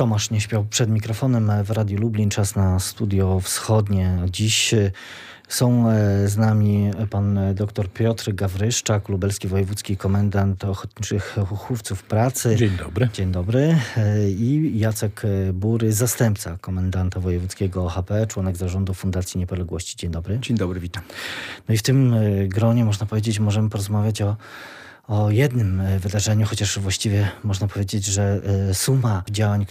Tomasz nie śpiał przed mikrofonem w Radiu Lublin. Czas na Studio Wschodnie. Dziś są z nami pan dr Piotr Gawryszczak, lubelski wojewódzki komendant Ochotniczych Hufców Pracy. Dzień dobry. Dzień dobry. I Jacek Bury, zastępca komendanta wojewódzkiego OHP, członek zarządu Fundacji Niepodległości. Dzień dobry. Dzień dobry, witam. No i w tym gronie, można powiedzieć, możemy porozmawiać o jednym wydarzeniu, chociaż właściwie można powiedzieć, że suma działań,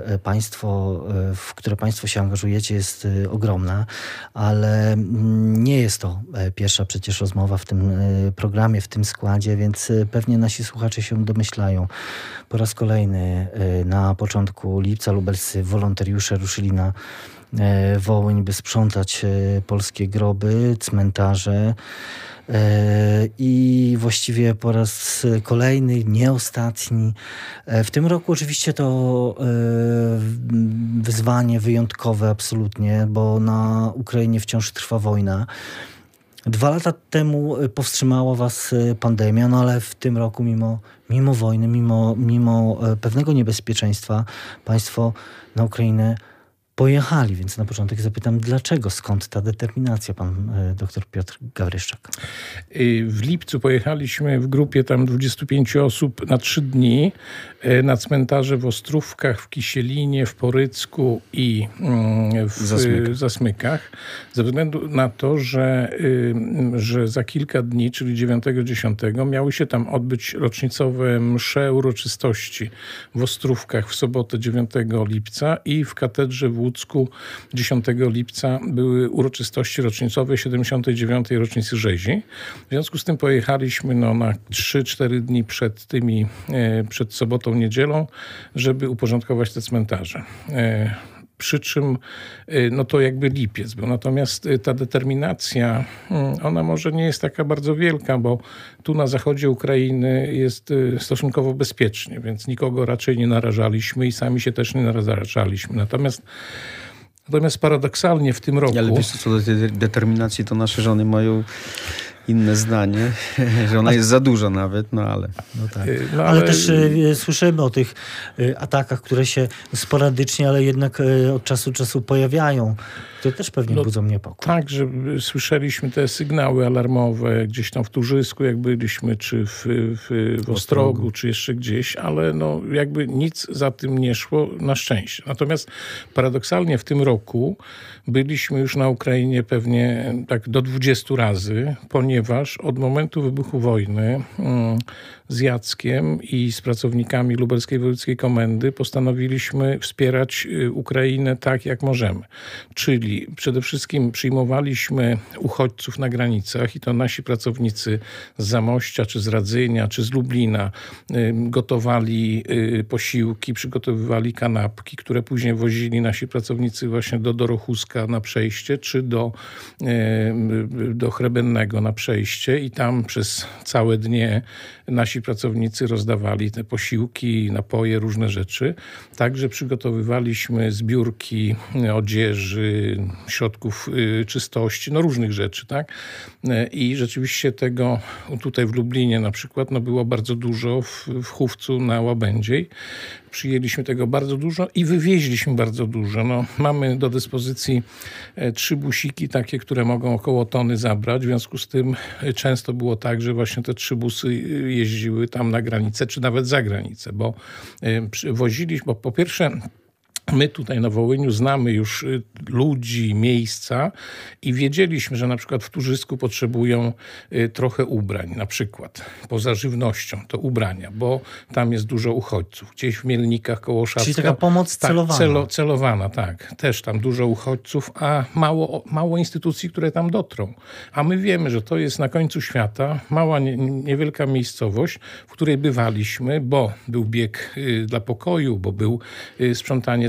w które państwo się angażujecie, jest ogromna, ale nie jest to pierwsza przecież rozmowa w tym programie, w tym składzie, więc pewnie nasi słuchacze się domyślają. Po raz kolejny na początku lipca lubelscy wolontariusze ruszyli na Wołyń, by sprzątać polskie groby, cmentarze. I właściwie po raz kolejny, nie ostatni. W tym roku oczywiście to wyzwanie wyjątkowe absolutnie, bo na Ukrainie wciąż trwa wojna. 2 lata temu powstrzymała was pandemia, no ale w tym roku mimo wojny, mimo pewnego niebezpieczeństwa państwo na Ukrainę pojechali, więc na początek zapytam, dlaczego, skąd ta determinacja, pan dr Piotr Gawryszczak? W lipcu pojechaliśmy w grupie tam 25 osób na 3 dni na cmentarze w Ostrówkach, w Kisielinie, w Porycku i w Zasmykach. Ze względu na to, że za kilka dni, czyli 9-10, miały się tam odbyć rocznicowe msze uroczystości w Ostrówkach w sobotę 9 lipca i w katedrze w Łódzku 10 lipca były uroczystości rocznicowe 79. rocznicy rzezi. W związku z tym pojechaliśmy na 3-4 dni przed sobotą, niedzielą, żeby uporządkować te cmentarze. Przy czym to jakby lipiec był. Natomiast ta determinacja, ona może nie jest taka bardzo wielka, bo tu na zachodzie Ukrainy jest stosunkowo bezpiecznie, więc nikogo raczej nie narażaliśmy i sami się też nie narażaliśmy. Natomiast paradoksalnie w tym roku... Ale wiesz co do tej determinacji, to nasze żony mają inne zdanie, że ona jest za duża nawet, ale... No tak. Ale też słyszymy o tych atakach, które się sporadycznie, ale jednak od czasu do czasu pojawiają, które też pewnie budzą niepokój. Tak, że słyszeliśmy te sygnały alarmowe gdzieś tam w Turzysku, jak byliśmy, czy w Ostrogu, czy jeszcze gdzieś, ale jakby nic za tym nie szło, na szczęście. Natomiast paradoksalnie w tym roku byliśmy już na Ukrainie pewnie tak do 20 razy, ponieważ od momentu wybuchu wojny z Jackiem i z pracownikami Lubelskiej Wojewódzkiej Komendy postanowiliśmy wspierać Ukrainę tak, jak możemy. Czyli przede wszystkim przyjmowaliśmy uchodźców na granicach i to nasi pracownicy z Zamościa, czy z Radzynia, czy z Lublina gotowali posiłki, przygotowywali kanapki, które później wozili nasi pracownicy właśnie do Dorochuska na przejście, czy do Chrebennego na przejście i tam przez całe dnie nasi pracownicy rozdawali te posiłki, napoje, różne rzeczy. Także przygotowywaliśmy zbiórki odzieży, środków czystości, różnych rzeczy, tak? I rzeczywiście tego tutaj w Lublinie na przykład było bardzo dużo w Hufcu na Łabędziej. Przyjęliśmy tego bardzo dużo i wywieźliśmy bardzo dużo. Mamy do dyspozycji 3 busiki takie, które mogą około tony zabrać. W związku z tym często było tak, że właśnie te 3 busy jeździły tam na granicę, czy nawet za granicę, bo woziliśmy, bo po pierwsze my tutaj na Wołyniu znamy już ludzi, miejsca i wiedzieliśmy, że na przykład w Turzysku potrzebują trochę ubrań, na przykład poza żywnością, to ubrania, bo tam jest dużo uchodźców. Gdzieś w Mielnikach koło Szacka. Czyli taka pomoc celowana. Celowana, tak. Też tam dużo uchodźców, a mało instytucji, które tam dotrą. A my wiemy, że to jest na końcu świata, mała, niewielka miejscowość, w której bywaliśmy, bo był bieg dla pokoju, bo był sprzątanie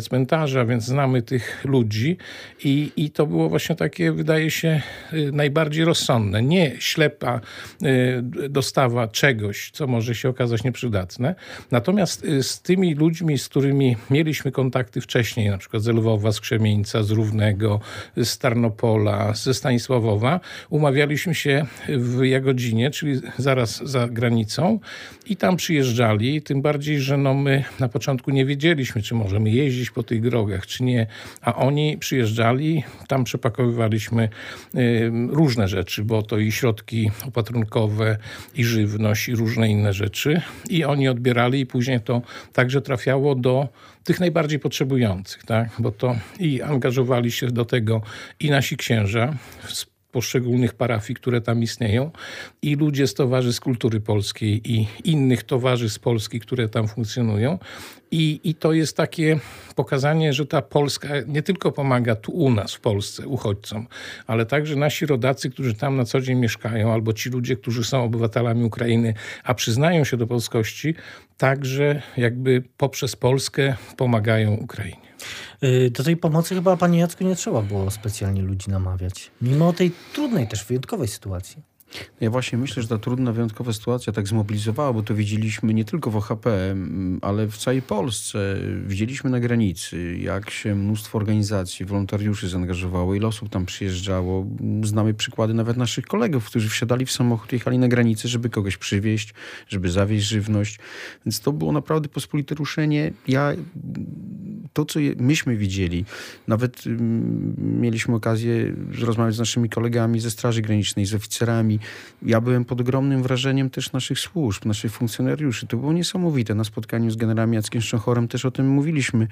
cmentarza, więc znamy tych ludzi i to było właśnie takie, wydaje się, najbardziej rozsądne. Nie ślepa dostawa czegoś, co może się okazać nieprzydatne. Natomiast z tymi ludźmi, z którymi mieliśmy kontakty wcześniej, na przykład z Lwowa, z Krzemieńca, z Równego, z Tarnopola, ze Stanisławowa, umawialiśmy się w Jagodzinie, czyli zaraz za granicą i tam przyjeżdżali, tym bardziej, że my na początku nie wiedzieliśmy, czy możemy jeździć po tych drogach, czy nie, a oni przyjeżdżali, tam przepakowywaliśmy różne rzeczy, bo to i środki opatrunkowe, i żywność, i różne inne rzeczy i oni odbierali i później to także trafiało do tych najbardziej potrzebujących, tak? Bo to i angażowali się do tego i nasi księża z poszczególnych parafii, które tam istnieją i ludzie z Towarzystw Kultury Polskiej i innych towarzystw Polski, które tam funkcjonują. I to jest takie pokazanie, że ta Polska nie tylko pomaga tu u nas w Polsce uchodźcom, ale także nasi rodacy, którzy tam na co dzień mieszkają, albo ci ludzie, którzy są obywatelami Ukrainy, a przyznają się do polskości, także jakby poprzez Polskę pomagają Ukrainie. Do tej pomocy chyba, panie Jacku, nie trzeba było specjalnie ludzi namawiać. Mimo tej trudnej, też wyjątkowej sytuacji. Ja właśnie myślę, że ta trudna, wyjątkowa sytuacja tak zmobilizowała, bo to widzieliśmy nie tylko w OHP, ale w całej Polsce. Widzieliśmy na granicy, jak się mnóstwo organizacji, wolontariuszy zaangażowało, ile osób tam przyjeżdżało. Znamy przykłady nawet naszych kolegów, którzy wsiadali w samochód, jechali na granicę, żeby kogoś przywieźć, żeby zawieźć żywność. Więc to było naprawdę pospolite ruszenie. To, co myśmy widzieli, nawet mieliśmy okazję rozmawiać z naszymi kolegami ze Straży Granicznej, z oficerami. Ja byłem pod ogromnym wrażeniem też naszych służb, naszych funkcjonariuszy. To było niesamowite. Na spotkaniu z generałem Jackiem Szczęchorem też o tym mówiliśmy,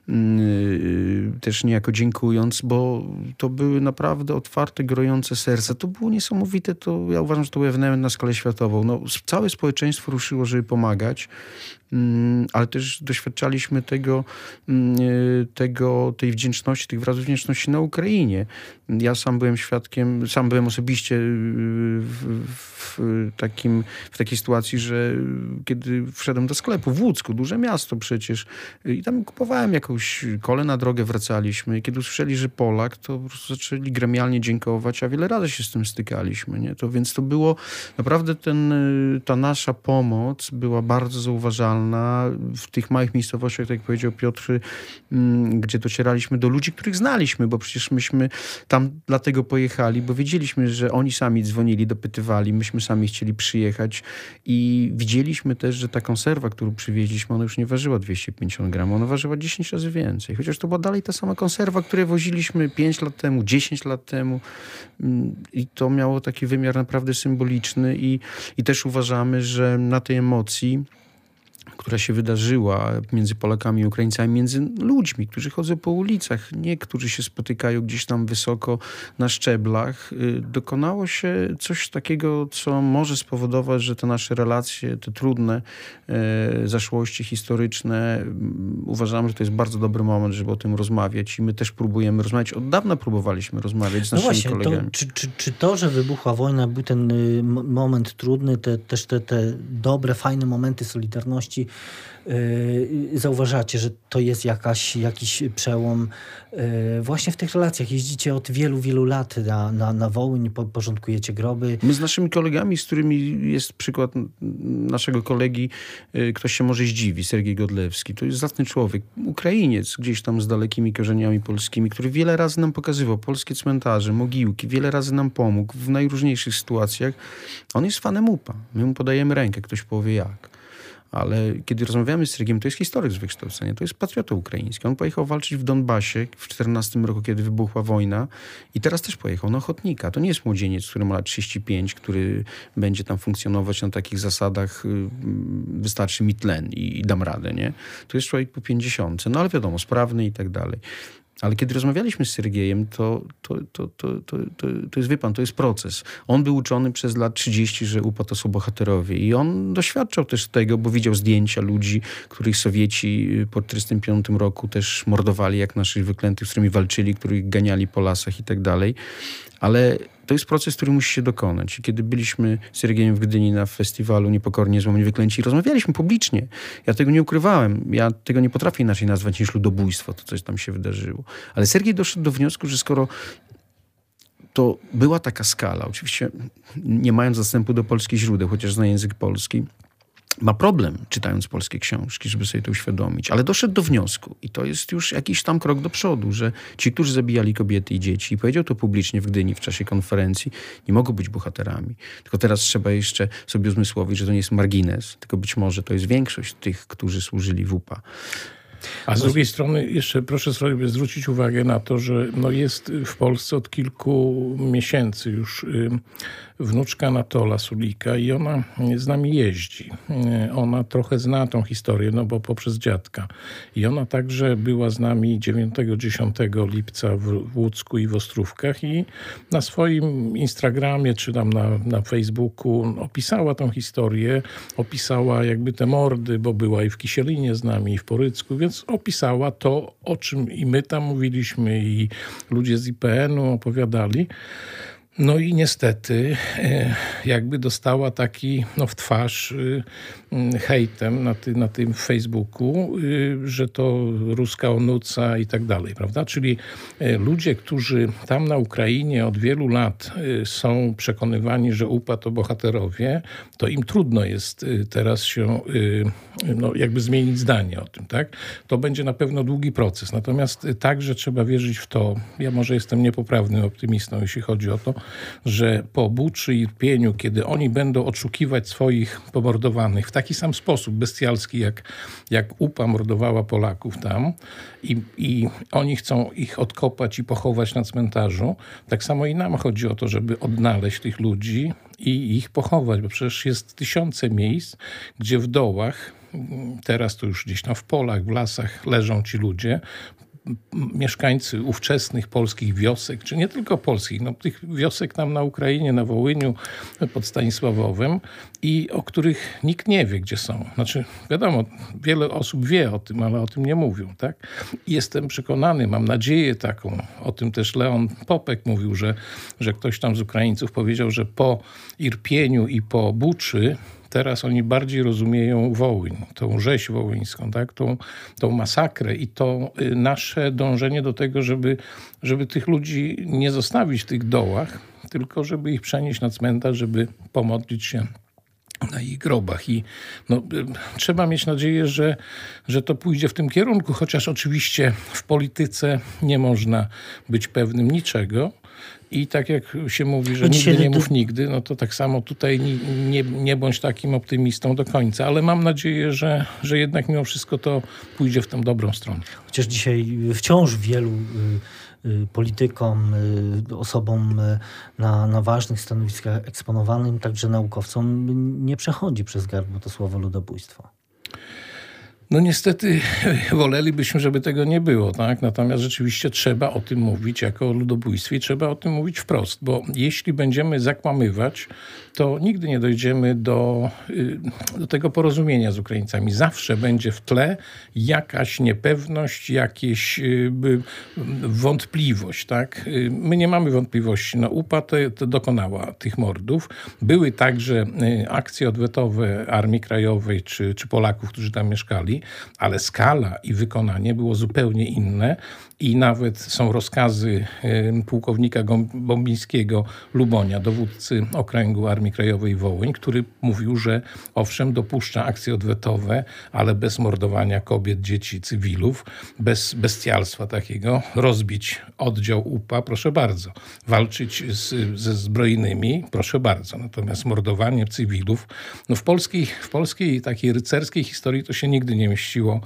też niejako dziękując, bo to były naprawdę otwarte, grojące serca. To było niesamowite. To ja uważam, że to był ewenement na skalę światową. Całe społeczeństwo ruszyło, żeby pomagać, ale też doświadczaliśmy tej wdzięczności, tych wyrazów wdzięczności na Ukrainie. Ja sam byłem świadkiem, sam byłem osobiście w takiej sytuacji, że kiedy wszedłem do sklepu w Łódzku, duże miasto przecież, i tam kupowałem jakąś kolę na drogę, wracaliśmy. I kiedy usłyszeli, że Polak, to po prostu zaczęli gremialnie dziękować, a wiele razy się z tym stykaliśmy. Nie? Więc to było naprawdę ta nasza pomoc była bardzo zauważalna w tych małych miejscowościach, tak jak powiedział Piotr, gdzie docieraliśmy do ludzi, których znaliśmy, bo przecież myśmy tam dlatego pojechali, bo wiedzieliśmy, że oni sami dzwonili, dopytywali, myśmy sami chcieli przyjechać i widzieliśmy też, że ta konserwa, którą przywieźliśmy, ona już nie ważyła 250 gram, ona ważyła 10 razy więcej. Chociaż to była dalej ta sama konserwa, którą woziliśmy 5 lat temu, 10 lat temu i to miało taki wymiar naprawdę symboliczny i też uważamy, że na tej emocji, która się wydarzyła między Polakami i Ukraińcami, między ludźmi, którzy chodzą po ulicach, nie którzy się spotykają gdzieś tam wysoko na szczeblach, dokonało się coś takiego, co może spowodować, że te nasze relacje, te trudne zaszłości historyczne, uważamy, że to jest bardzo dobry moment, żeby o tym rozmawiać i my też próbujemy rozmawiać. Od dawna próbowaliśmy rozmawiać z naszymi kolegami. Czy to, że wybuchła wojna, był ten moment trudny, te dobre, fajne momenty solidarności, zauważacie, że to jest jakiś przełom właśnie w tych relacjach? Jeździcie od wielu, wielu lat na Wołyń, porządkujecie groby. My z naszymi kolegami, z którymi jest przykład naszego kolegi, ktoś się może zdziwi, Sergiej Godlewski. To jest zacny człowiek, Ukrainiec, gdzieś tam z dalekimi korzeniami polskimi, który wiele razy nam pokazywał polskie cmentarze, mogiłki, wiele razy nam pomógł w najróżniejszych sytuacjach. On jest fanem UPA. My mu podajemy rękę, ktoś powie jak. Ale kiedy rozmawiamy z Sergiem, to jest historyk z wykształcenia, to jest patriota ukraiński. On pojechał walczyć w Donbasie w 2014 roku, kiedy wybuchła wojna i teraz też pojechał na ochotnika. To nie jest młodzieniec, który ma lat 35, który będzie tam funkcjonować na takich zasadach, wystarczy mi tlen i dam radę, nie? To jest człowiek po 50, no ale wiadomo, sprawny i tak dalej. Ale kiedy rozmawialiśmy z Sergiejem, to jest, wie pan, to jest proces. On był uczony przez lat 30, że UPA to są bohaterowie. I on doświadczał też tego, bo widział zdjęcia ludzi, których Sowieci po 1945 roku też mordowali, jak naszych wyklętych, z którymi walczyli, których ganiali po lasach i tak dalej. Ale to jest proces, który musi się dokonać. I kiedy byliśmy z Sergiejem w Gdyni na festiwalu Niepokornie Złamani Wyklęci, rozmawialiśmy publicznie. Ja tego nie ukrywałem. Ja tego nie potrafię inaczej nazwać niż ludobójstwo, to coś tam się wydarzyło. Ale Sergiej doszedł do wniosku, że skoro to była taka skala, oczywiście nie mając dostępu do polskich źródeł, chociaż zna język polski, ma problem, czytając polskie książki, żeby sobie to uświadomić. Ale doszedł do wniosku i to jest już jakiś tam krok do przodu, że ci, którzy zabijali kobiety i dzieci, i powiedział to publicznie w Gdyni w czasie konferencji, nie mogą być bohaterami. Tylko teraz trzeba jeszcze sobie uzmysłowić, że to nie jest margines, tylko być może to jest większość tych, którzy służyli w UPA. A z drugiej strony jeszcze proszę sobie zwrócić uwagę na to, że jest w Polsce od kilku miesięcy już wnuczka Anatola Sulika i ona z nami jeździ. Ona trochę zna tą historię, bo poprzez dziadka. I ona także była z nami 9-10 lipca w Łódzku i w Ostrówkach i na swoim Instagramie czy tam na Facebooku opisała tą historię, opisała jakby te mordy, bo była i w Kisielinie z nami, i w Porycku, więc opisała to, o czym i my tam mówiliśmy, i ludzie z IPN-u opowiadali. No i niestety jakby dostała taki w twarz hejtem na tym Facebooku, że to ruska onuca i tak dalej, prawda? Czyli ludzie, którzy tam na Ukrainie od wielu lat są przekonywani, że UPA to bohaterowie, to im trudno jest teraz się jakby zmienić zdanie o tym, tak? To będzie na pewno długi proces. Natomiast także trzeba wierzyć w to, ja może jestem niepoprawnym optymistą, jeśli chodzi o to, że po Buczy i Irpieniu, kiedy oni będą odszukiwać swoich pomordowanych w taki sam sposób bestialski, jak UPA mordowała Polaków tam i oni chcą ich odkopać i pochować na cmentarzu, tak samo i nam chodzi o to, żeby odnaleźć tych ludzi i ich pochować, bo przecież jest tysiące miejsc, gdzie w dołach, teraz to już gdzieś tam w polach, w lasach leżą ci ludzie, mieszkańcy ówczesnych polskich wiosek, czy nie tylko polskich, tych wiosek tam na Ukrainie, na Wołyniu, pod Stanisławowem i o których nikt nie wie, gdzie są. Znaczy, wiadomo, wiele osób wie o tym, ale o tym nie mówią, tak? I jestem przekonany, mam nadzieję taką, o tym też Leon Popek mówił, że ktoś tam z Ukraińców powiedział, że po Irpieniu i po Buczy teraz oni bardziej rozumieją Wołyń, tą rzeź wołyńską, tak? tą masakrę i to nasze dążenie do tego, żeby tych ludzi nie zostawić w tych dołach, tylko żeby ich przenieść na cmentarz, żeby pomodlić się na ich grobach. I trzeba mieć nadzieję, że to pójdzie w tym kierunku, chociaż oczywiście w polityce nie można być pewnym niczego. I tak jak się mówi, że nigdy nie mów nigdy, to tak samo tutaj nie bądź takim optymistą do końca. Ale mam nadzieję, że jednak mimo wszystko to pójdzie w tę dobrą stronę. Chociaż dzisiaj wciąż wielu politykom, osobom na ważnych stanowiskach eksponowanym, także naukowcom, nie przechodzi przez gardło to słowo ludobójstwo. Niestety wolelibyśmy, żeby tego nie było, tak? Natomiast rzeczywiście trzeba o tym mówić jako o ludobójstwie i trzeba o tym mówić wprost, bo jeśli będziemy zakłamywać, to nigdy nie dojdziemy do tego porozumienia z Ukraińcami. Zawsze będzie w tle jakaś niepewność, jakaś wątpliwość, tak? My nie mamy wątpliwości. UPA to dokonała tych mordów. Były także akcje odwetowe Armii Krajowej czy Polaków, którzy tam mieszkali, ale skala i wykonanie było zupełnie inne i nawet są rozkazy pułkownika Bombińskiego Lubonia, dowódcy okręgu Armii Krajowej Wołyń, który mówił, że owszem, dopuszcza akcje odwetowe, ale bez mordowania kobiet, dzieci, cywilów, bez bestialstwa takiego, rozbić oddział UPA, proszę bardzo, walczyć ze zbrojnymi, proszę bardzo, natomiast mordowanie cywilów, w polskiej takiej rycerskiej historii to się nigdy nie mieściło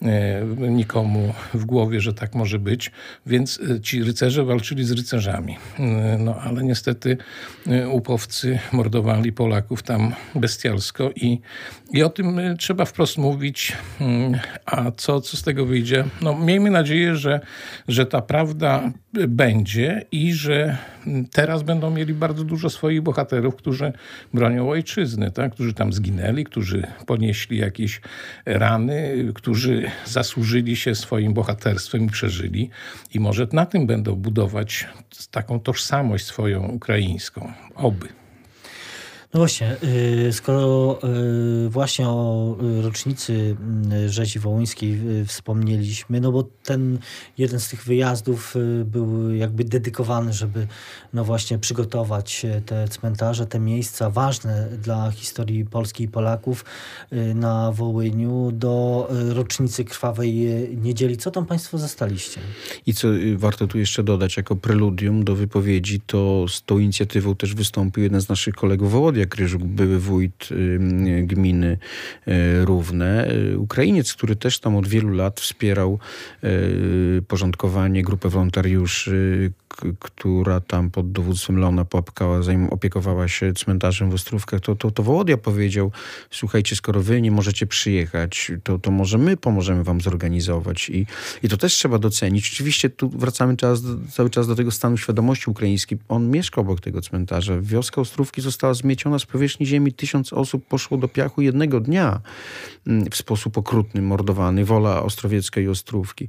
nikomu w głowie, że tak może być, więc ci rycerze walczyli z rycerzami. Ale niestety upowcy mordowali Polaków tam bestialsko i o tym trzeba wprost mówić. A co z tego wyjdzie? Miejmy nadzieję, że ta prawda będzie i że teraz będą mieli bardzo dużo swoich bohaterów, którzy bronią ojczyzny, tak? Którzy tam zginęli, którzy ponieśli jakieś rany Rosjanie, którzy zasłużyli się swoim bohaterstwem i przeżyli. I może na tym będą budować taką tożsamość swoją ukraińską. Oby. No właśnie, skoro właśnie o rocznicy rzezi wołyńskiej wspomnieliśmy, no bo ten jeden z tych wyjazdów był jakby dedykowany, żeby no właśnie przygotować te cmentarze, te miejsca ważne dla historii Polski i Polaków na Wołyniu do rocznicy Krwawej Niedzieli. Co tam państwo zastaliście? I co warto tu jeszcze dodać, jako preludium do wypowiedzi, to z tą inicjatywą też wystąpił jeden z naszych kolegów, Wołodia Kryżuk, były wójt gminy Równe. Ukrainiec, który też tam od wielu lat wspierał porządkowanie, grupę wolontariuszy, która tam pod dowództwem Leona Popka opiekowała się cmentarzem w Ostrówkach, to Wołodia powiedział: słuchajcie, skoro wy nie możecie przyjechać, to może my pomożemy wam zorganizować. I to też trzeba docenić. Oczywiście tu wracamy cały czas do tego stanu świadomości ukraińskiej. On mieszkał obok tego cmentarza. Wioska Ostrówki została zmieciona z powierzchni ziemi. 1000 osób poszło do piachu jednego dnia w sposób okrutny, mordowany. Wola Ostrowiecka i Ostrówki.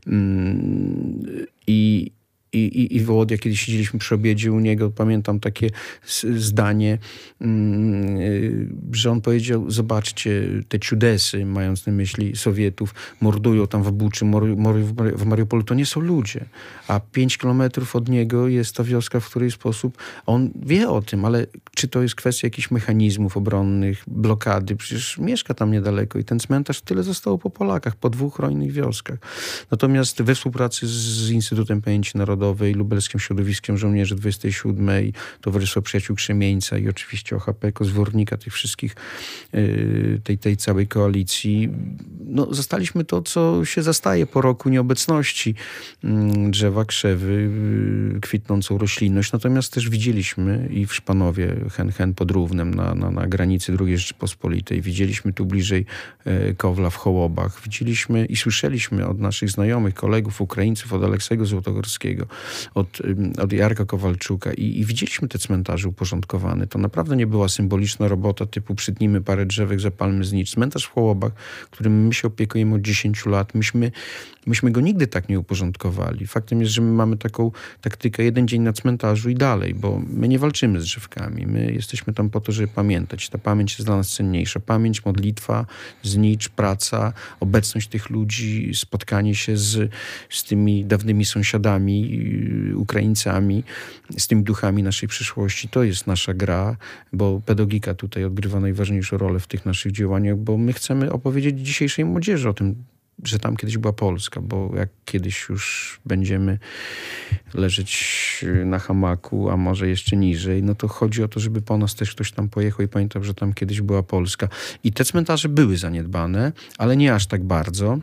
I Wołodia, kiedy siedzieliśmy przy obiedzie u niego, pamiętam takie zdanie, że on powiedział: zobaczcie, te ciudesy, mając na myśli Sowietów, mordują tam w Buczy, w Mariupolu, to nie są ludzie. A 5 kilometrów od niego jest ta wioska, w której sposób on wie o tym, ale czy to jest kwestia jakichś mechanizmów obronnych, blokady? Przecież mieszka tam niedaleko i ten cmentarz tyle zostało po Polakach, po 2 hojnych wioskach. Natomiast we współpracy z Instytutem Pamięci Narodowej, Lubelskim Środowiskiem Żołnierzy 27, Towarzystwo Przyjaciół Krzemieńca i oczywiście OHP, zwornika tych wszystkich, tej całej koalicji. No, zastaliśmy to, co się zastaje po roku nieobecności. Drzewa, krzewy, kwitnącą roślinność. Natomiast też widzieliśmy i w Szpanowie, hen pod Równem, na granicy II Rzeczypospolitej. Widzieliśmy tu bliżej Kowla w Hołobach. Widzieliśmy i słyszeliśmy od naszych znajomych, kolegów, Ukraińców, od Aleksego Złotogórskiego, od Jarka Kowalczuka i widzieliśmy te cmentarze uporządkowane. To naprawdę nie była symboliczna robota typu przytnijmy parę drzewek, zapalmy znicz. Cmentarz w Hołobach, którym my się opiekujemy od 10 lat, myśmy go nigdy tak nie uporządkowali. Faktem jest, że my mamy taką taktykę 1 dzień na cmentarzu i dalej, bo my nie walczymy z drzewkami. My jesteśmy tam po to, żeby pamiętać. Ta pamięć jest dla nas cenniejsza. Pamięć, modlitwa, znicz, praca, obecność tych ludzi, spotkanie się z tymi dawnymi sąsiadami, Ukraińcami, z tymi duchami naszej przyszłości. To jest nasza gra, bo pedagogika tutaj odgrywa najważniejszą rolę w tych naszych działaniach, bo my chcemy opowiedzieć dzisiejszej młodzieży o tym, że tam kiedyś była Polska, bo jak kiedyś już będziemy leżeć na hamaku, a może jeszcze niżej, no to chodzi o to, żeby po nas też ktoś tam pojechał i pamiętał, że tam kiedyś była Polska. I te cmentarze były zaniedbane, ale nie aż tak bardzo.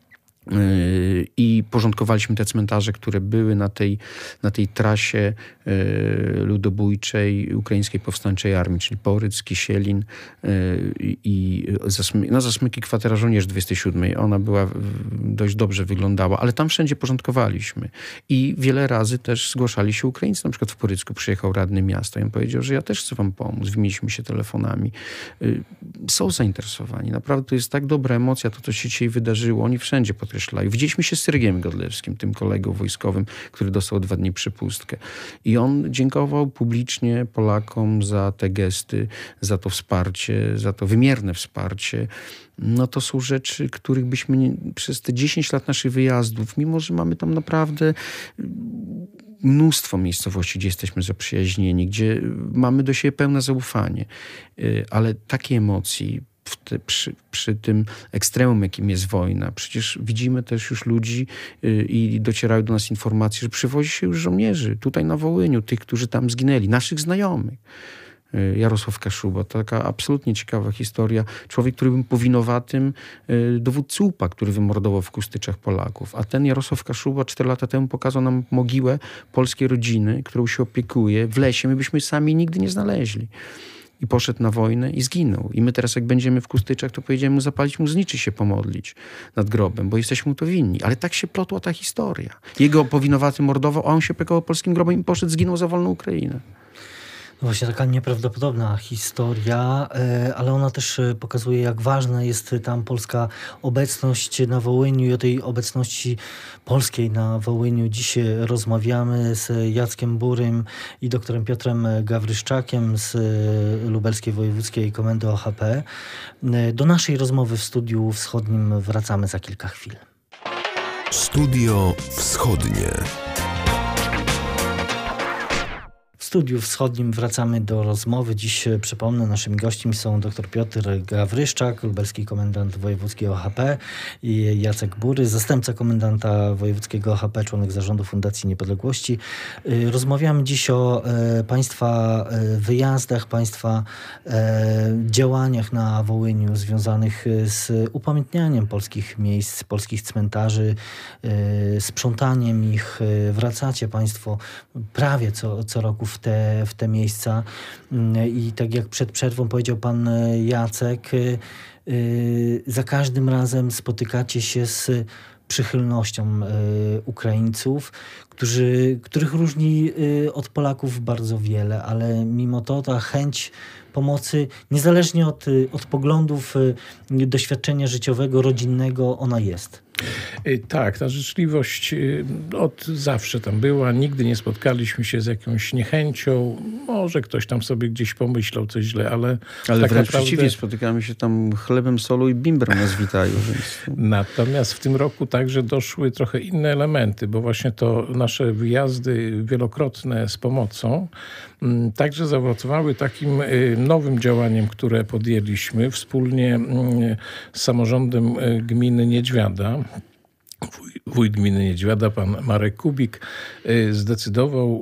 I porządkowaliśmy te cmentarze, które były na tej trasie ludobójczej Ukraińskiej Powstańczej Armii, czyli Poryc, Kisielin i Zasmyki, kwatera żołnierzy 27. Ona dość dobrze wyglądała, ale tam wszędzie porządkowaliśmy. I wiele razy też zgłaszali się Ukraińcy. Na przykład w Porycku przyjechał radny miasta i on powiedział, że ja też chcę wam pomóc. Wymieniliśmy się telefonami. Są zainteresowani. Naprawdę to jest tak dobra emocja, to co się dzisiaj wydarzyło. Oni wszędzie podkreślają. Widzieliśmy się z Sergiem Godlewskim, tym kolegą wojskowym, który dostał 2 dni przepustkę. I on dziękował publicznie Polakom za te gesty, za to wsparcie, za to wymierne wsparcie. No to są rzeczy, których byśmy przez te 10 lat naszych wyjazdów, mimo że mamy tam naprawdę mnóstwo miejscowości, gdzie jesteśmy zaprzyjaźnieni, gdzie mamy do siebie pełne zaufanie, ale takiej emocji przy tym ekstremum, jakim jest wojna. Przecież widzimy też już ludzi i docierają do nas informacje, że przywozi się już żołnierzy tutaj na Wołyniu, tych, którzy tam zginęli, naszych znajomych. Jarosław Kaszuba, taka absolutnie ciekawa historia. Człowiek, który był powinowatym dowódcy UPA, który wymordował w Kustyczach Polaków. A ten Jarosław Kaszuba 4 lata temu pokazał nam mogiłę polskiej rodziny, którą się opiekuje w lesie. My byśmy sami nigdy nie znaleźli. I poszedł na wojnę i zginął. I my teraz, jak będziemy w Kustyczach, to pojedziemy mu zapalić mu zniczy, się pomodlić nad grobem, bo jesteśmy mu to winni. Ale tak się plotła ta historia. Jego powinowaty mordował, a on się opiekował polskim grobem i poszedł, zginął za wolną Ukrainę. Właśnie taka nieprawdopodobna historia, ale ona też pokazuje, jak ważna jest tam polska obecność na Wołyniu i o tej obecności polskiej na Wołyniu dziś rozmawiamy z Jackiem Burym i doktorem Piotrem Gawryszczakiem z Lubelskiej Wojewódzkiej Komendy OHP. Do naszej rozmowy w Studiu Wschodnim wracamy za kilka chwil. Studio Wschodnie. W Studiu Wschodnim wracamy do rozmowy. Dziś, przypomnę, naszymi gośćmi są dr Piotr Gawryszczak, lubelski komendant wojewódzki OHP, i Jacek Bury, zastępca komendanta wojewódzkiego OHP, członek zarządu Fundacji Niepodległości. Rozmawiamy dziś o państwa wyjazdach, państwa działaniach na Wołyniu związanych z upamiętnianiem polskich miejsc, polskich cmentarzy, sprzątaniem ich. Wracacie państwo prawie co roku w te miejsca i tak jak przed przerwą powiedział pan Jacek, za każdym razem spotykacie się z przychylnością Ukraińców, których różni od Polaków bardzo wiele, ale mimo to ta chęć pomocy, niezależnie od poglądów, doświadczenia życiowego, rodzinnego, ona jest. Tak, ta życzliwość od zawsze tam była. Nigdy nie spotkaliśmy się z jakąś niechęcią. Może ktoś tam sobie gdzieś pomyślał coś źle, ale tak wręcz naprawdę... przeciwnie, spotykamy się tam chlebem, solą i bimbrem nas witają. Więc... Natomiast w tym roku także doszły trochę inne elementy, bo właśnie to nasze wyjazdy wielokrotne z pomocą także zaowocowały takim nowym działaniem, które podjęliśmy wspólnie z samorządem gminy Niedźwiada. Wójt gminy Niedźwiada, pan Marek Kubik, zdecydował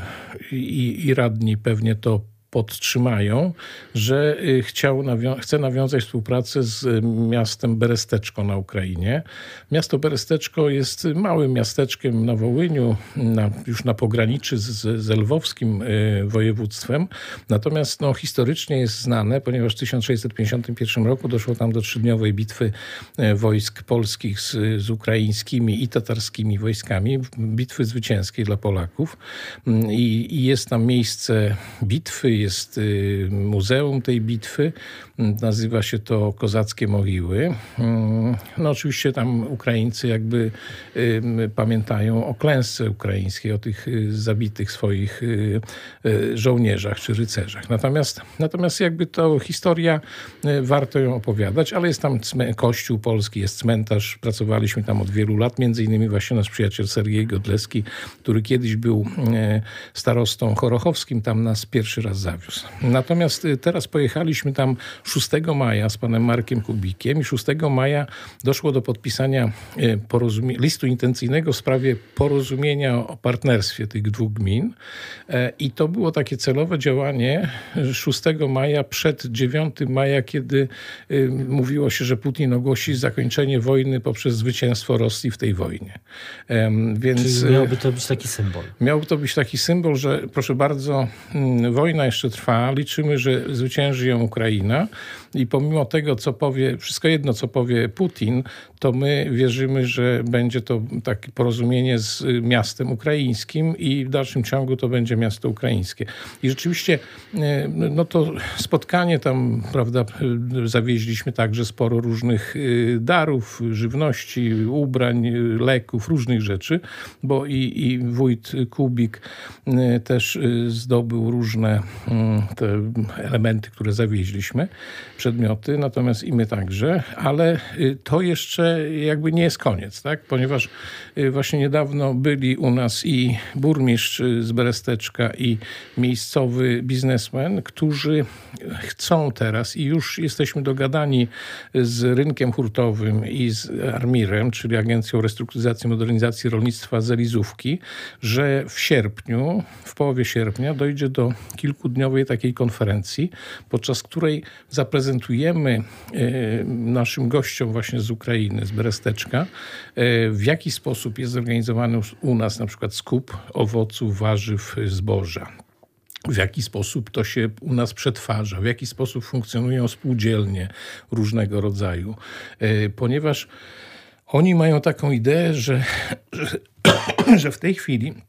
i radni pewnie to podtrzymają, że chce nawiązać współpracę z miastem Beresteczko na Ukrainie. Miasto Beresteczko jest małym miasteczkiem na Wołyniu, już na pograniczy z lwowskim województwem. Natomiast historycznie jest znane, ponieważ w 1651 roku doszło tam do 3-dniowej bitwy wojsk polskich z ukraińskimi i tatarskimi wojskami. Bitwy zwycięskiej dla Polaków. I jest tam miejsce bitwy, jest muzeum tej bitwy, nazywa się to Kozackie Mogiły. Oczywiście tam Ukraińcy jakby pamiętają o klęsce ukraińskiej, o tych zabitych swoich żołnierzach czy rycerzach. Natomiast jakby to historia, warto ją opowiadać, ale jest tam kościół polski, jest cmentarz. Pracowaliśmy tam od wielu lat, między innymi właśnie nasz przyjaciel Sergiej Godleski, który kiedyś był starostą chorochowskim, tam nas pierwszy raz zawiózł. Natomiast teraz pojechaliśmy tam 6 maja z panem Markiem Kubikiem i 6 maja doszło do podpisania listu intencyjnego w sprawie porozumienia o partnerstwie tych dwóch gmin. I to było takie celowe działanie 6 maja przed 9 maja, kiedy mówiło się, że Putin ogłosi zakończenie wojny poprzez zwycięstwo Rosji w tej wojnie. Więc czyli miałby to być taki symbol. Miałby to być taki symbol, że proszę bardzo, wojna jeszcze trwa, liczymy, że zwycięży ją Ukraina i pomimo tego, co powie, wszystko jedno, co powie Putin, to my wierzymy, że będzie to takie porozumienie z miastem ukraińskim i w dalszym ciągu to będzie miasto ukraińskie. I rzeczywiście to spotkanie tam, prawda, zawieźliśmy także sporo różnych darów, żywności, ubrań, leków, różnych rzeczy, bo i wójt Kubik też zdobył różne te elementy, które zawieźliśmy, przedmioty, natomiast i my także, ale to jeszcze jakby nie jest koniec, tak? Ponieważ właśnie niedawno byli u nas i burmistrz z Beresteczka i miejscowy biznesmen, którzy chcą teraz i już jesteśmy dogadani z rynkiem hurtowym i z Armirem, czyli Agencją Restrukturyzacji i Modernizacji Rolnictwa z Elizówki, że w połowie sierpnia dojdzie do kilkudniowej takiej konferencji, podczas której zaprezentujemy naszym gościom właśnie z Ukrainy, z Beresteczka, w jaki sposób jest zorganizowany u nas na przykład skup owoców, warzyw, zboża. W jaki sposób to się u nas przetwarza, w jaki sposób funkcjonują spółdzielnie różnego rodzaju. Ponieważ oni mają taką ideę, że w tej chwili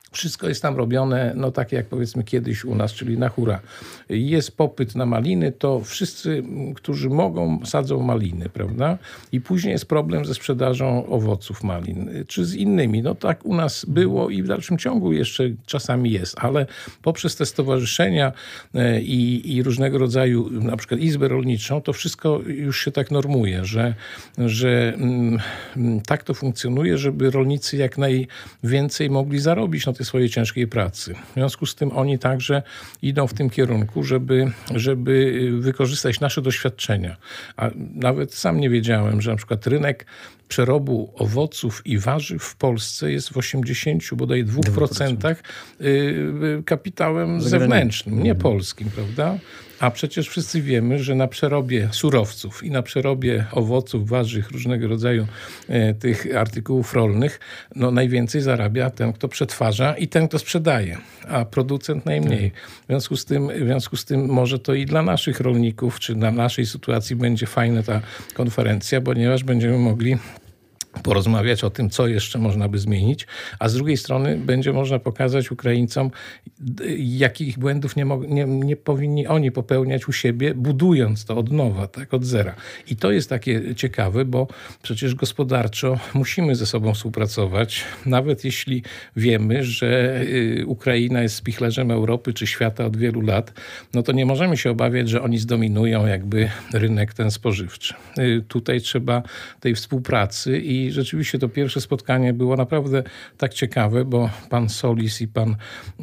Wszystko jest tam robione, no tak jak powiedzmy kiedyś u nas, czyli na hura. Jest popyt na maliny, to wszyscy, którzy mogą, sadzą maliny, prawda? I później jest problem ze sprzedażą owoców malin, czy z innymi. No tak u nas było i w dalszym ciągu jeszcze czasami jest, ale poprzez te stowarzyszenia i różnego rodzaju, na przykład izbę rolniczą, to wszystko już się tak normuje, że tak to funkcjonuje, żeby rolnicy jak najwięcej mogli zarobić na tej swojej ciężkiej pracy. W związku z tym oni także idą w tym kierunku, żeby wykorzystać nasze doświadczenia. A nawet sam nie wiedziałem, że na przykład rynek przerobu owoców i warzyw w Polsce jest w 80, bodaj 2% kapitałem zewnętrznym, nie polskim, prawda? A przecież wszyscy wiemy, że na przerobie surowców i na przerobie owoców, warzyw, różnego rodzaju tych artykułów rolnych, no najwięcej zarabia ten, kto przetwarza i ten, kto sprzedaje, a producent najmniej. W związku z tym może to i dla naszych rolników, czy dla naszej sytuacji będzie fajna ta konferencja, ponieważ będziemy mogli porozmawiać o tym, co jeszcze można by zmienić, a z drugiej strony będzie można pokazać Ukraińcom, jakich błędów nie powinni oni popełniać u siebie, budując to od nowa, tak, od zera. I to jest takie ciekawe, bo przecież gospodarczo musimy ze sobą współpracować, nawet jeśli wiemy, że Ukraina jest spichlerzem Europy czy świata od wielu lat, no to nie możemy się obawiać, że oni zdominują jakby rynek ten spożywczy. Tutaj trzeba tej współpracy i rzeczywiście to pierwsze spotkanie było naprawdę tak ciekawe, bo pan Solis i pan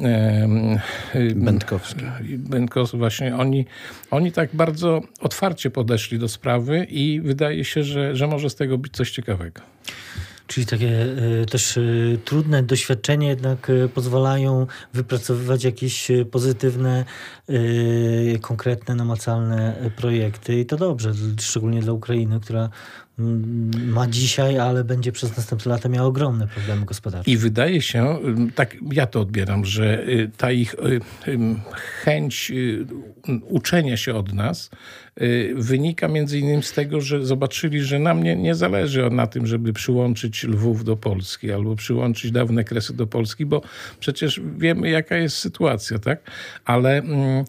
Będkowski właśnie, oni tak bardzo otwarcie podeszli do sprawy i wydaje się, że może z tego być coś ciekawego. Czyli takie też trudne doświadczenia jednak pozwalają wypracowywać jakieś pozytywne, konkretne, namacalne projekty. I to dobrze, szczególnie dla Ukrainy, która ma dzisiaj, ale będzie przez następne lata miała ogromne problemy gospodarcze. I wydaje się, tak ja to odbieram, że ta ich chęć uczenia się od nas wynika między innymi z tego, że zobaczyli, że nam nie zależy na tym, żeby przyłączyć Lwów do Polski albo przyłączyć dawne Kresy do Polski, bo przecież wiemy, jaka jest sytuacja, tak? Ale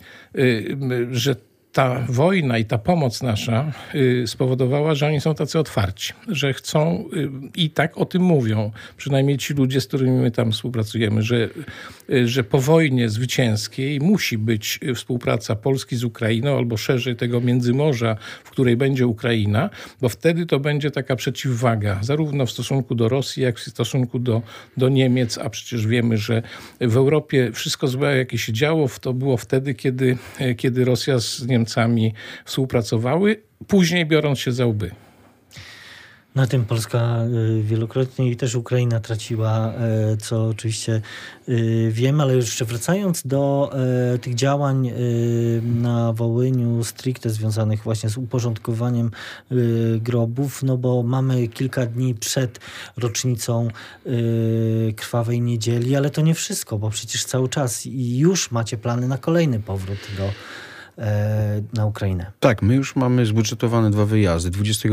że ta wojna i ta pomoc nasza spowodowała, że oni są tacy otwarci, że chcą i tak o tym mówią, przynajmniej ci ludzie, z którymi my tam współpracujemy, że po wojnie zwycięskiej musi być współpraca Polski z Ukrainą albo szerzej tego Międzymorza, w której będzie Ukraina, bo wtedy to będzie taka przeciwwaga, zarówno w stosunku do Rosji, jak i w stosunku do Niemiec, a przecież wiemy, że w Europie wszystko złe, jakie się działo, to było wtedy, kiedy Rosja z Niemcami współpracowały, później biorąc się za łby. Na tym Polska wielokrotnie i też Ukraina traciła, co oczywiście wiem, ale jeszcze wracając do tych działań na Wołyniu stricte związanych właśnie z uporządkowaniem grobów, no bo mamy kilka dni przed rocznicą Krwawej Niedzieli, ale to nie wszystko, bo przecież cały czas i już macie plany na kolejny powrót na Ukrainę. Tak, my już mamy zbudżetowane 2 wyjazdy.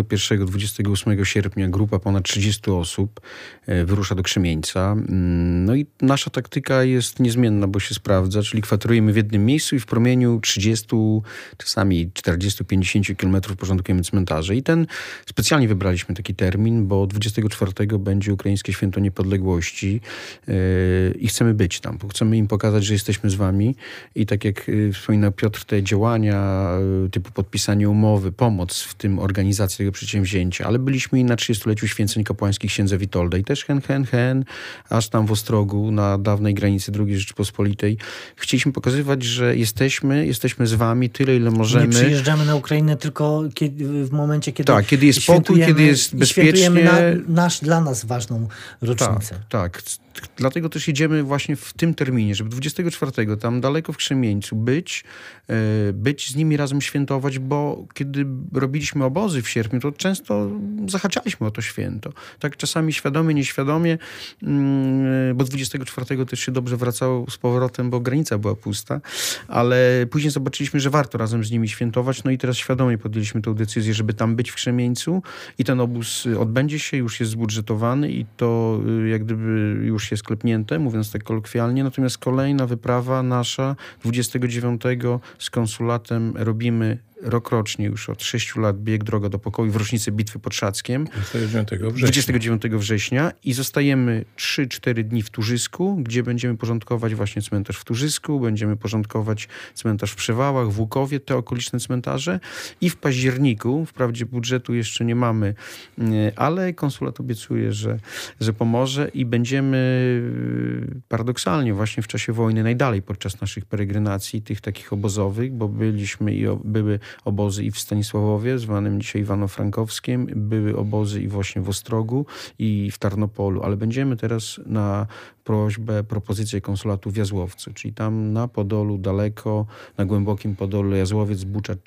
21-28 sierpnia grupa ponad 30 osób wyrusza do Krzemieńca. No i nasza taktyka jest niezmienna, bo się sprawdza, czyli kwaterujemy w jednym miejscu i w promieniu 30, czasami 40-50 kilometrów porządkujemy cmentarze. I specjalnie wybraliśmy taki termin, bo 24 będzie Ukraińskie Święto Niepodległości i chcemy być tam, bo chcemy im pokazać, że jesteśmy z wami i tak jak wspominał Piotr, te działania typu podpisanie umowy, pomoc w tym organizacji tego przedsięwzięcia, ale byliśmy i na 30-leciu święceń kapłańskich księdza Witolda i też aż tam w Ostrogu na dawnej granicy II Rzeczypospolitej. Chcieliśmy pokazywać, że jesteśmy z wami tyle, ile możemy. Nie przyjeżdżamy na Ukrainę tylko w momencie, kiedy tak, kiedy jest spokój, kiedy jest bezpiecznie. Świętujemy dla nas ważną rocznicę. Tak. Dlatego też jedziemy właśnie w tym terminie, żeby 24 tam daleko w Krzemieńcu być, być z nimi razem, świętować, bo kiedy robiliśmy obozy w sierpniu, to często zahaczaliśmy o to święto. Tak czasami świadomie, nieświadomie, bo 24 też się dobrze wracało z powrotem, bo granica była pusta, ale później zobaczyliśmy, że warto razem z nimi świętować, no i teraz świadomie podjęliśmy tę decyzję, żeby tam być w Krzemieńcu i ten obóz odbędzie się, już jest zbudżetowany i to jak gdyby już jest klepnięte, mówiąc tak kolokwialnie, natomiast kolejna wyprawa nasza 29 z konsulatem robimy rokrocznie już od 6 lat bieg Droga do Pokoju w rocznicę Bitwy pod Szackiem. 29 września i zostajemy 3-4 dni w Turzysku, gdzie będziemy porządkować właśnie cmentarz w Turzysku, będziemy porządkować cmentarz w Przewałach, w Łukowie, te okoliczne cmentarze i w październiku, wprawdzie budżetu jeszcze nie mamy, ale konsulat obiecuje, że pomoże i będziemy paradoksalnie właśnie w czasie wojny najdalej podczas naszych peregrinacji, tych takich obozowych, bo byliśmy i były obozy i w Stanisławowie, zwanym dzisiaj Iwano-Frankowskiem, były obozy i właśnie w Ostrogu i w Tarnopolu, ale będziemy teraz na propozycję konsulatu w Jazłowcu, czyli tam na Podolu daleko, na głębokim Podolu Jazłowiec, Buczacz,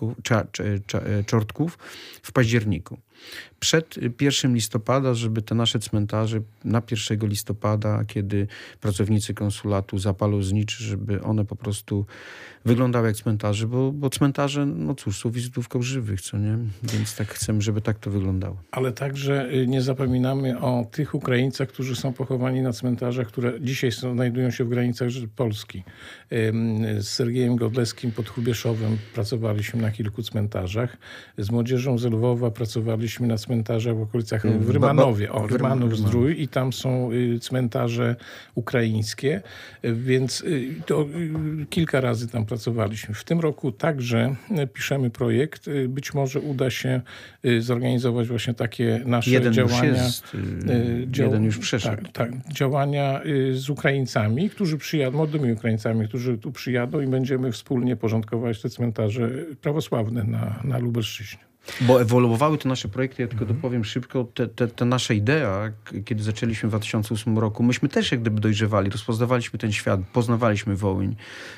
Czortków w październiku. Przed 1 listopada, żeby te nasze cmentarze na 1 listopada, kiedy pracownicy konsulatu zapalą zniczy, żeby one po prostu wyglądały jak cmentarze, bo cmentarze, no cóż, są wizytówką żywych, co nie? Więc tak chcemy, żeby tak to wyglądało. Ale także nie zapominamy o tych Ukraińcach, którzy są pochowani na cmentarzach, które dzisiaj znajdują się w granicach Polski. Z Sergiejem Godlewskim pod Hrubieszowem pracowaliśmy na kilku cmentarzach. Z młodzieżą z Lwowa pracowaliśmy na cmentarzach w okolicach w Rymanowie. Rymanów-Zdrój i tam są cmentarze ukraińskie, więc to kilka razy tam pracowaliśmy. W tym roku także piszemy projekt. Być może uda się zorganizować właśnie takie nasze działania. Jeden już przeszedł. Tak, działania z Ukraińcami, którzy przyjadą, młodymi Ukraińcami, którzy tu przyjadą i będziemy wspólnie porządkować te cmentarze prawosławne na Lubelszczyźnie. Bo ewoluowały te nasze projekty, ja tylko dopowiem szybko, te nasze idea, kiedy zaczęliśmy w 2008 roku, myśmy też jak gdyby dojrzewali, rozpoznawaliśmy ten świat, poznawaliśmy Wołyń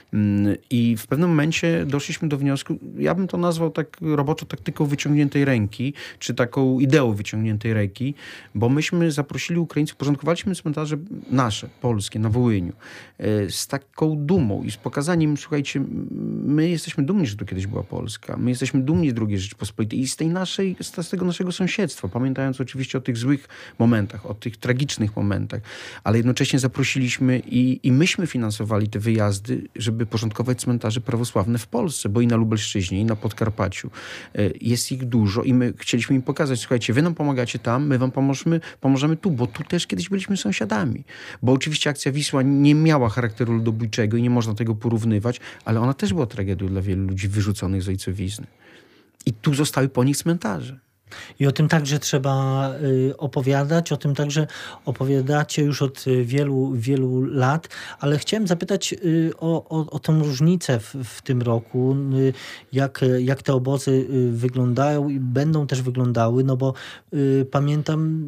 i w pewnym momencie doszliśmy do wniosku, ja bym to nazwał tak roboczo taktyką wyciągniętej ręki, czy taką ideą wyciągniętej ręki, bo myśmy zaprosili Ukraińców, porządkowaliśmy cmentarze nasze, polskie, na Wołyniu, z taką dumą i z pokazaniem, słuchajcie, my jesteśmy dumni, że to kiedyś była Polska, my jesteśmy dumni z II Rzeczypospolitej i z tego naszego sąsiedztwa, pamiętając oczywiście o tych złych momentach, o tych tragicznych momentach, ale jednocześnie zaprosiliśmy i myśmy finansowali te wyjazdy, żeby porządkować cmentarze prawosławne w Polsce, bo i na Lubelszczyźnie, i na Podkarpaciu jest ich dużo i my chcieliśmy im pokazać, słuchajcie, wy nam pomagacie tam, my wam pomożemy tu, bo tu też kiedyś byliśmy sąsiadami. Bo oczywiście akcja Wisła nie miała charakteru ludobójczego i nie można tego porównywać, ale ona też była tragedią dla wielu ludzi wyrzuconych z ojcowizny. I tu zostały po nich cmentarze. I o tym także trzeba opowiadać, o tym także opowiadacie już od wielu, wielu lat, ale chciałem zapytać o tę różnicę w tym roku, jak te obozy wyglądają i będą też wyglądały, no bo pamiętam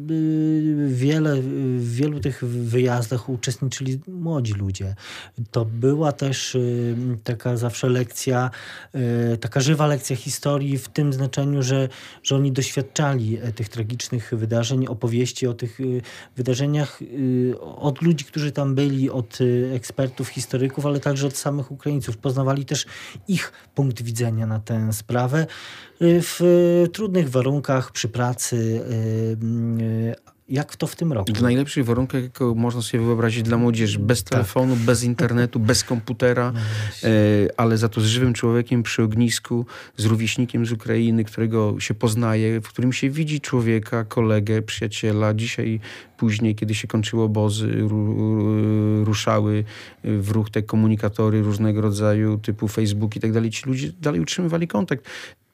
w wielu tych wyjazdach uczestniczyli młodzi ludzie. To była też taka zawsze lekcja, taka żywa lekcja historii w tym znaczeniu, że oni doświadczali tych tragicznych wydarzeń, opowieści o tych wydarzeniach od ludzi, którzy tam byli, od ekspertów, historyków, ale także od samych Ukraińców. Poznawali też ich punkt widzenia na tę sprawę w trudnych warunkach, przy pracy. Jak to w tym roku? W najlepszych warunkach, jaką można sobie wyobrazić dla młodzieży. Bez telefonu, bez internetu, bez komputera, ale za to z żywym człowiekiem przy ognisku, z rówieśnikiem z Ukrainy, którego się poznaje, w którym się widzi człowieka, kolegę, przyjaciela. Dzisiaj, później, kiedy się kończyły obozy, ruszały w ruch te komunikatory różnego rodzaju, typu Facebook i tak dalej. Ci ludzie dalej utrzymywali kontakt.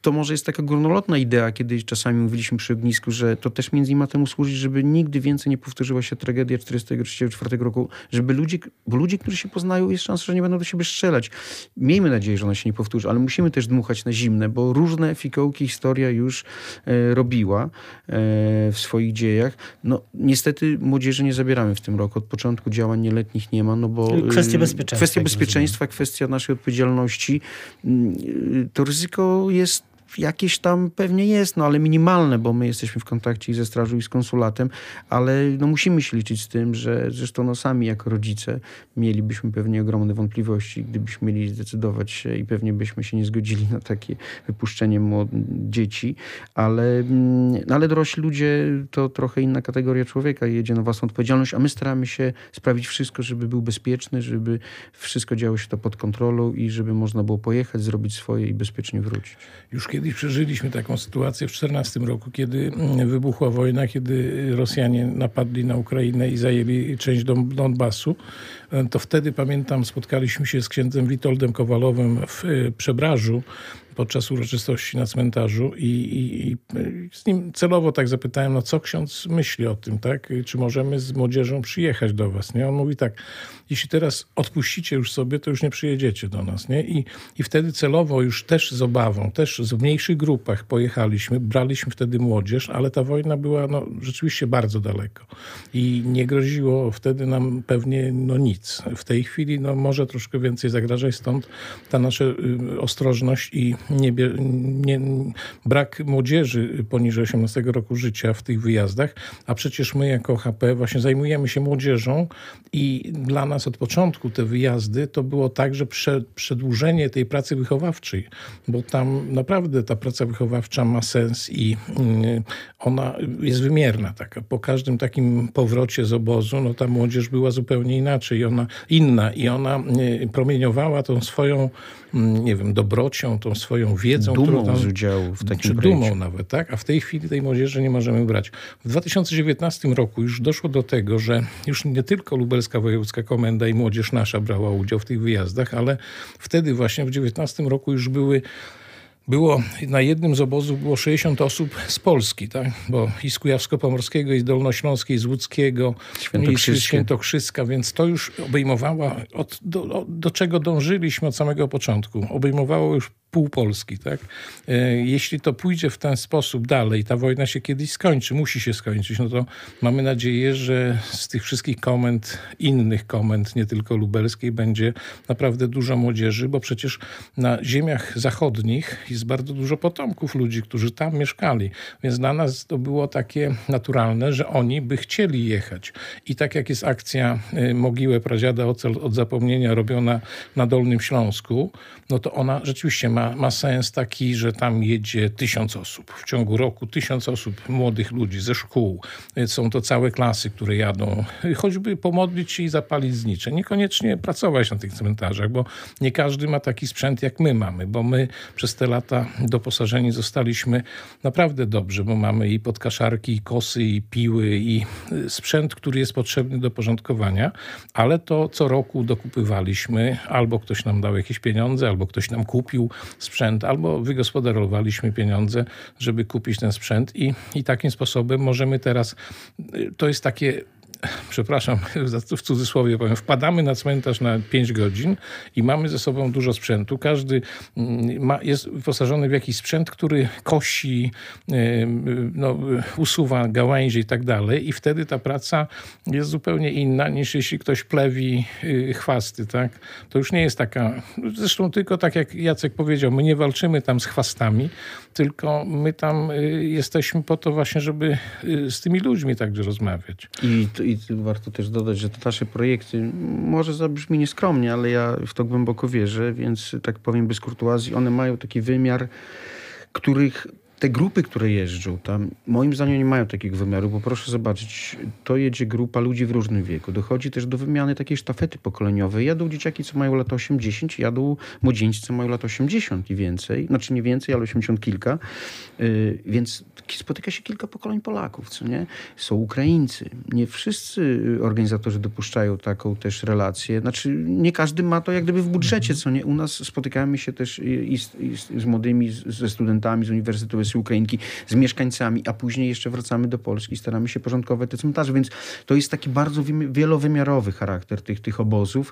to może jest taka górnolotna idea, kiedy czasami mówiliśmy przy ognisku, że to też między innymi ma temu służyć, żeby nigdy więcej nie powtórzyła się tragedia 1943 roku, żeby bo ludzie, którzy się poznają, jest szansa, że nie będą do siebie strzelać. Miejmy nadzieję, że ona się nie powtórzy, ale musimy też dmuchać na zimne, bo różne fikołki historia już robiła w swoich dziejach. No niestety młodzieży nie zabieramy w tym roku. Od początku działań nieletnich nie ma, no bo kwestia bezpieczeństwa, kwestia naszej odpowiedzialności, to ryzyko jest jakieś tam pewnie jest, no ale minimalne, bo my jesteśmy w kontakcie i ze strażą, i z konsulatem, ale no musimy się liczyć z tym, że zresztą no sami jako rodzice mielibyśmy pewnie ogromne wątpliwości, gdybyśmy mieli zdecydować się i pewnie byśmy się nie zgodzili na takie wypuszczenie dzieci, ale dorośli ludzie to trochę inna kategoria człowieka, jedzie na własną odpowiedzialność, a my staramy się sprawić wszystko, żeby był bezpieczny, żeby wszystko działo się to pod kontrolą i żeby można było pojechać, zrobić swoje i bezpiecznie wrócić. Już kiedyś przeżyliśmy taką sytuację w 2014 roku, kiedy wybuchła wojna, kiedy Rosjanie napadli na Ukrainę i zajęli część Donbasu. To wtedy, pamiętam, spotkaliśmy się z księdzem Witoldem Kowalowym w Przebrażu podczas uroczystości na cmentarzu i z nim celowo tak zapytałem, no co ksiądz myśli o tym, tak? Czy możemy z młodzieżą przyjechać do was, nie? On mówi tak, jeśli teraz odpuścicie już sobie, to już nie przyjedziecie do nas, nie? I wtedy celowo już też z obawą, też w mniejszych grupach pojechaliśmy, braliśmy wtedy młodzież, ale ta wojna była no, rzeczywiście bardzo daleko i nie groziło wtedy nam pewnie no nic. W tej chwili no, może troszkę więcej zagrażać, stąd ta nasza ostrożność i brak młodzieży poniżej 18 roku życia w tych wyjazdach, a przecież my jako HP właśnie zajmujemy się młodzieżą i dla nas od początku te wyjazdy to było także przedłużenie tej pracy wychowawczej, bo tam naprawdę ta praca wychowawcza ma sens i ona jest wymierna taka. Po każdym takim powrocie z obozu, no ta młodzież była zupełnie inaczej, inna i ona promieniowała tą swoją, nie wiem, dobrocią, tą swoją wiedzą. Dumą z udziału w takim projekcie. Dumą nawet, tak? A w tej chwili tej młodzieży nie możemy brać. W 2019 roku już doszło do tego, że już nie tylko Lubelska Wojewódzka Komenda i młodzież nasza brała udział w tych wyjazdach, ale wtedy właśnie w 2019 roku już było na jednym z obozów było 60 osób z Polski, tak? Bo i z Kujawsko-Pomorskiego, i z Dolnośląskiej, i z Łódzkiego, i z Świętokrzyska, więc to już obejmowało, do czego dążyliśmy od samego początku. Obejmowało już pół Polski, tak? Jeśli to pójdzie w ten sposób dalej, ta wojna się kiedyś skończy, musi się skończyć, no to mamy nadzieję, że z tych wszystkich innych komend, nie tylko lubelskiej, będzie naprawdę dużo młodzieży, bo przecież na ziemiach zachodnich jest bardzo dużo potomków ludzi, którzy tam mieszkali. Więc dla nas to było takie naturalne, że oni by chcieli jechać. I tak jak jest akcja Mogiłę Pradziada od zapomnienia robiona na Dolnym Śląsku, no to ona rzeczywiście ma sens taki, że tam jedzie 1000 osób. W ciągu roku 1000 osób, młodych ludzi ze szkół. Są to całe klasy, które jadą, choćby pomodlić się i zapalić znicze. Niekoniecznie pracować na tych cmentarzach, bo nie każdy ma taki sprzęt, jak my mamy, bo my przez te lata doposażeni zostaliśmy naprawdę dobrze, bo mamy i podkaszarki, i kosy, i piły, i sprzęt, który jest potrzebny do porządkowania, ale to co roku dokupywaliśmy, albo ktoś nam dał jakieś pieniądze, albo ktoś nam kupił sprzęt, albo wygospodarowaliśmy pieniądze, żeby kupić ten sprzęt i takim sposobem możemy teraz, to jest takie, przepraszam, w cudzysłowie powiem, wpadamy na cmentarz na 5 godzin i mamy ze sobą dużo sprzętu. Każdy jest wyposażony w jakiś sprzęt, który kosi, usuwa gałęzie i tak dalej i wtedy ta praca jest zupełnie inna niż jeśli ktoś plewi chwasty, tak? To już nie jest taka, zresztą tylko tak jak Jacek powiedział, my nie walczymy tam z chwastami, tylko my tam jesteśmy po to właśnie, żeby z tymi ludźmi także rozmawiać. I warto też dodać, że te nasze projekty, może zabrzmi nieskromnie, ale ja w to głęboko wierzę, więc tak powiem bez kurtuazji, one mają taki wymiar, których te grupy, które jeżdżą tam, moim zdaniem nie mają takiego wymiaru, bo proszę zobaczyć, to jedzie grupa ludzi w różnym wieku. Dochodzi też do wymiany takiej sztafety pokoleniowej. Jadą dzieciaki, co mają lat 8-10, jadą młodzieńcy, co mają lat 80 i więcej. Znaczy nie więcej, ale 80 kilka. Więc spotyka się kilka pokoleń Polaków, co nie? Są Ukraińcy. Nie wszyscy organizatorzy dopuszczają taką też relację. Znaczy nie każdy ma to jak gdyby w budżecie, co nie? U nas spotykamy się też z młodymi, ze studentami z Uniwersytetu Ukrainki, z mieszkańcami, a później jeszcze wracamy do Polski i staramy się porządkować te cmentarze. Więc to jest taki bardzo wielowymiarowy charakter tych obozów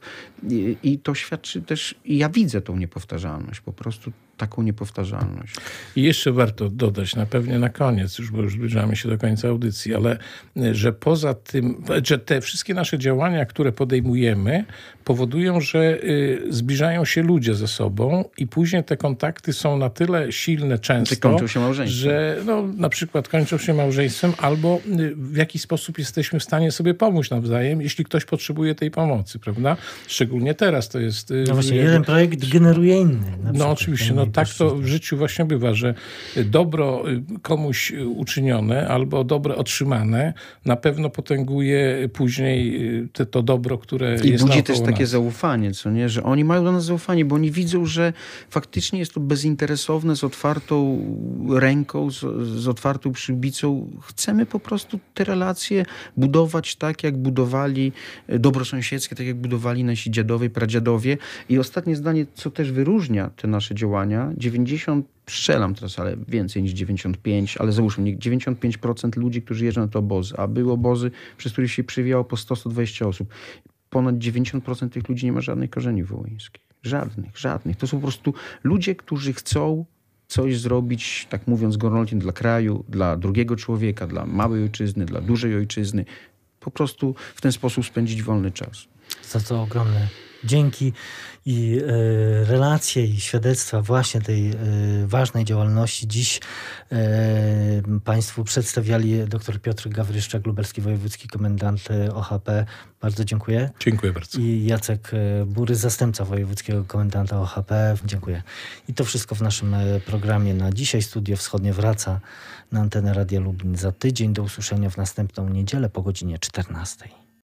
i to świadczy też, i ja widzę tą niepowtarzalność, po prostu taką niepowtarzalność. I jeszcze warto dodać, pewnie na koniec, bo już zbliżamy się do końca audycji, ale że poza tym, że te wszystkie nasze działania, które podejmujemy, powodują, że zbliżają się ludzie ze sobą i później te kontakty są na tyle silne często, kończą się małżeństwem. że na przykład kończą się małżeństwem albo w jakiś sposób jesteśmy w stanie sobie pomóc nawzajem, jeśli ktoś potrzebuje tej pomocy, prawda? Szczególnie teraz to jest... No właśnie, jeden projekt generuje inny. No oczywiście, tak to w życiu właśnie bywa, że dobro komuś uczynione albo dobro otrzymane na pewno potęguje później to dobro, które jest naokoło nas. I budzi też takie zaufanie, co nie? Że oni mają do nas zaufanie, bo oni widzą, że faktycznie jest to bezinteresowne, z otwartą ręką, z otwartą przybicą. Chcemy po prostu te relacje budować tak, jak budowali dobrosąsiedzkie, tak jak budowali nasi dziadowie, pradziadowie. I ostatnie zdanie, co też wyróżnia te nasze działania, 90, strzelam teraz, ale więcej niż 95, ale załóżmy, 95% ludzi, którzy jeżdżą na te obozy, a były obozy, przez które się przywijało po 100-120 osób. Ponad 90% tych ludzi nie ma żadnych korzeni wołyńskich. Żadnych. To są po prostu ludzie, którzy chcą coś zrobić, tak mówiąc górnolotnie, dla kraju, dla drugiego człowieka, dla małej ojczyzny, dla dużej ojczyzny. Po prostu w ten sposób spędzić wolny czas. Za to ogromne dzięki i relacje i świadectwa właśnie tej ważnej działalności dziś Państwu przedstawiali dr Piotr Gawryszczak, lubelski wojewódzki komendant OHP. Bardzo dziękuję. Dziękuję bardzo. I Jacek Bury, zastępca wojewódzkiego komendanta OHP. Dziękuję. I to wszystko w naszym programie na dzisiaj. Studio Wschodnie wraca na antenę Radia Lublin za tydzień. Do usłyszenia w następną niedzielę po godzinie 14.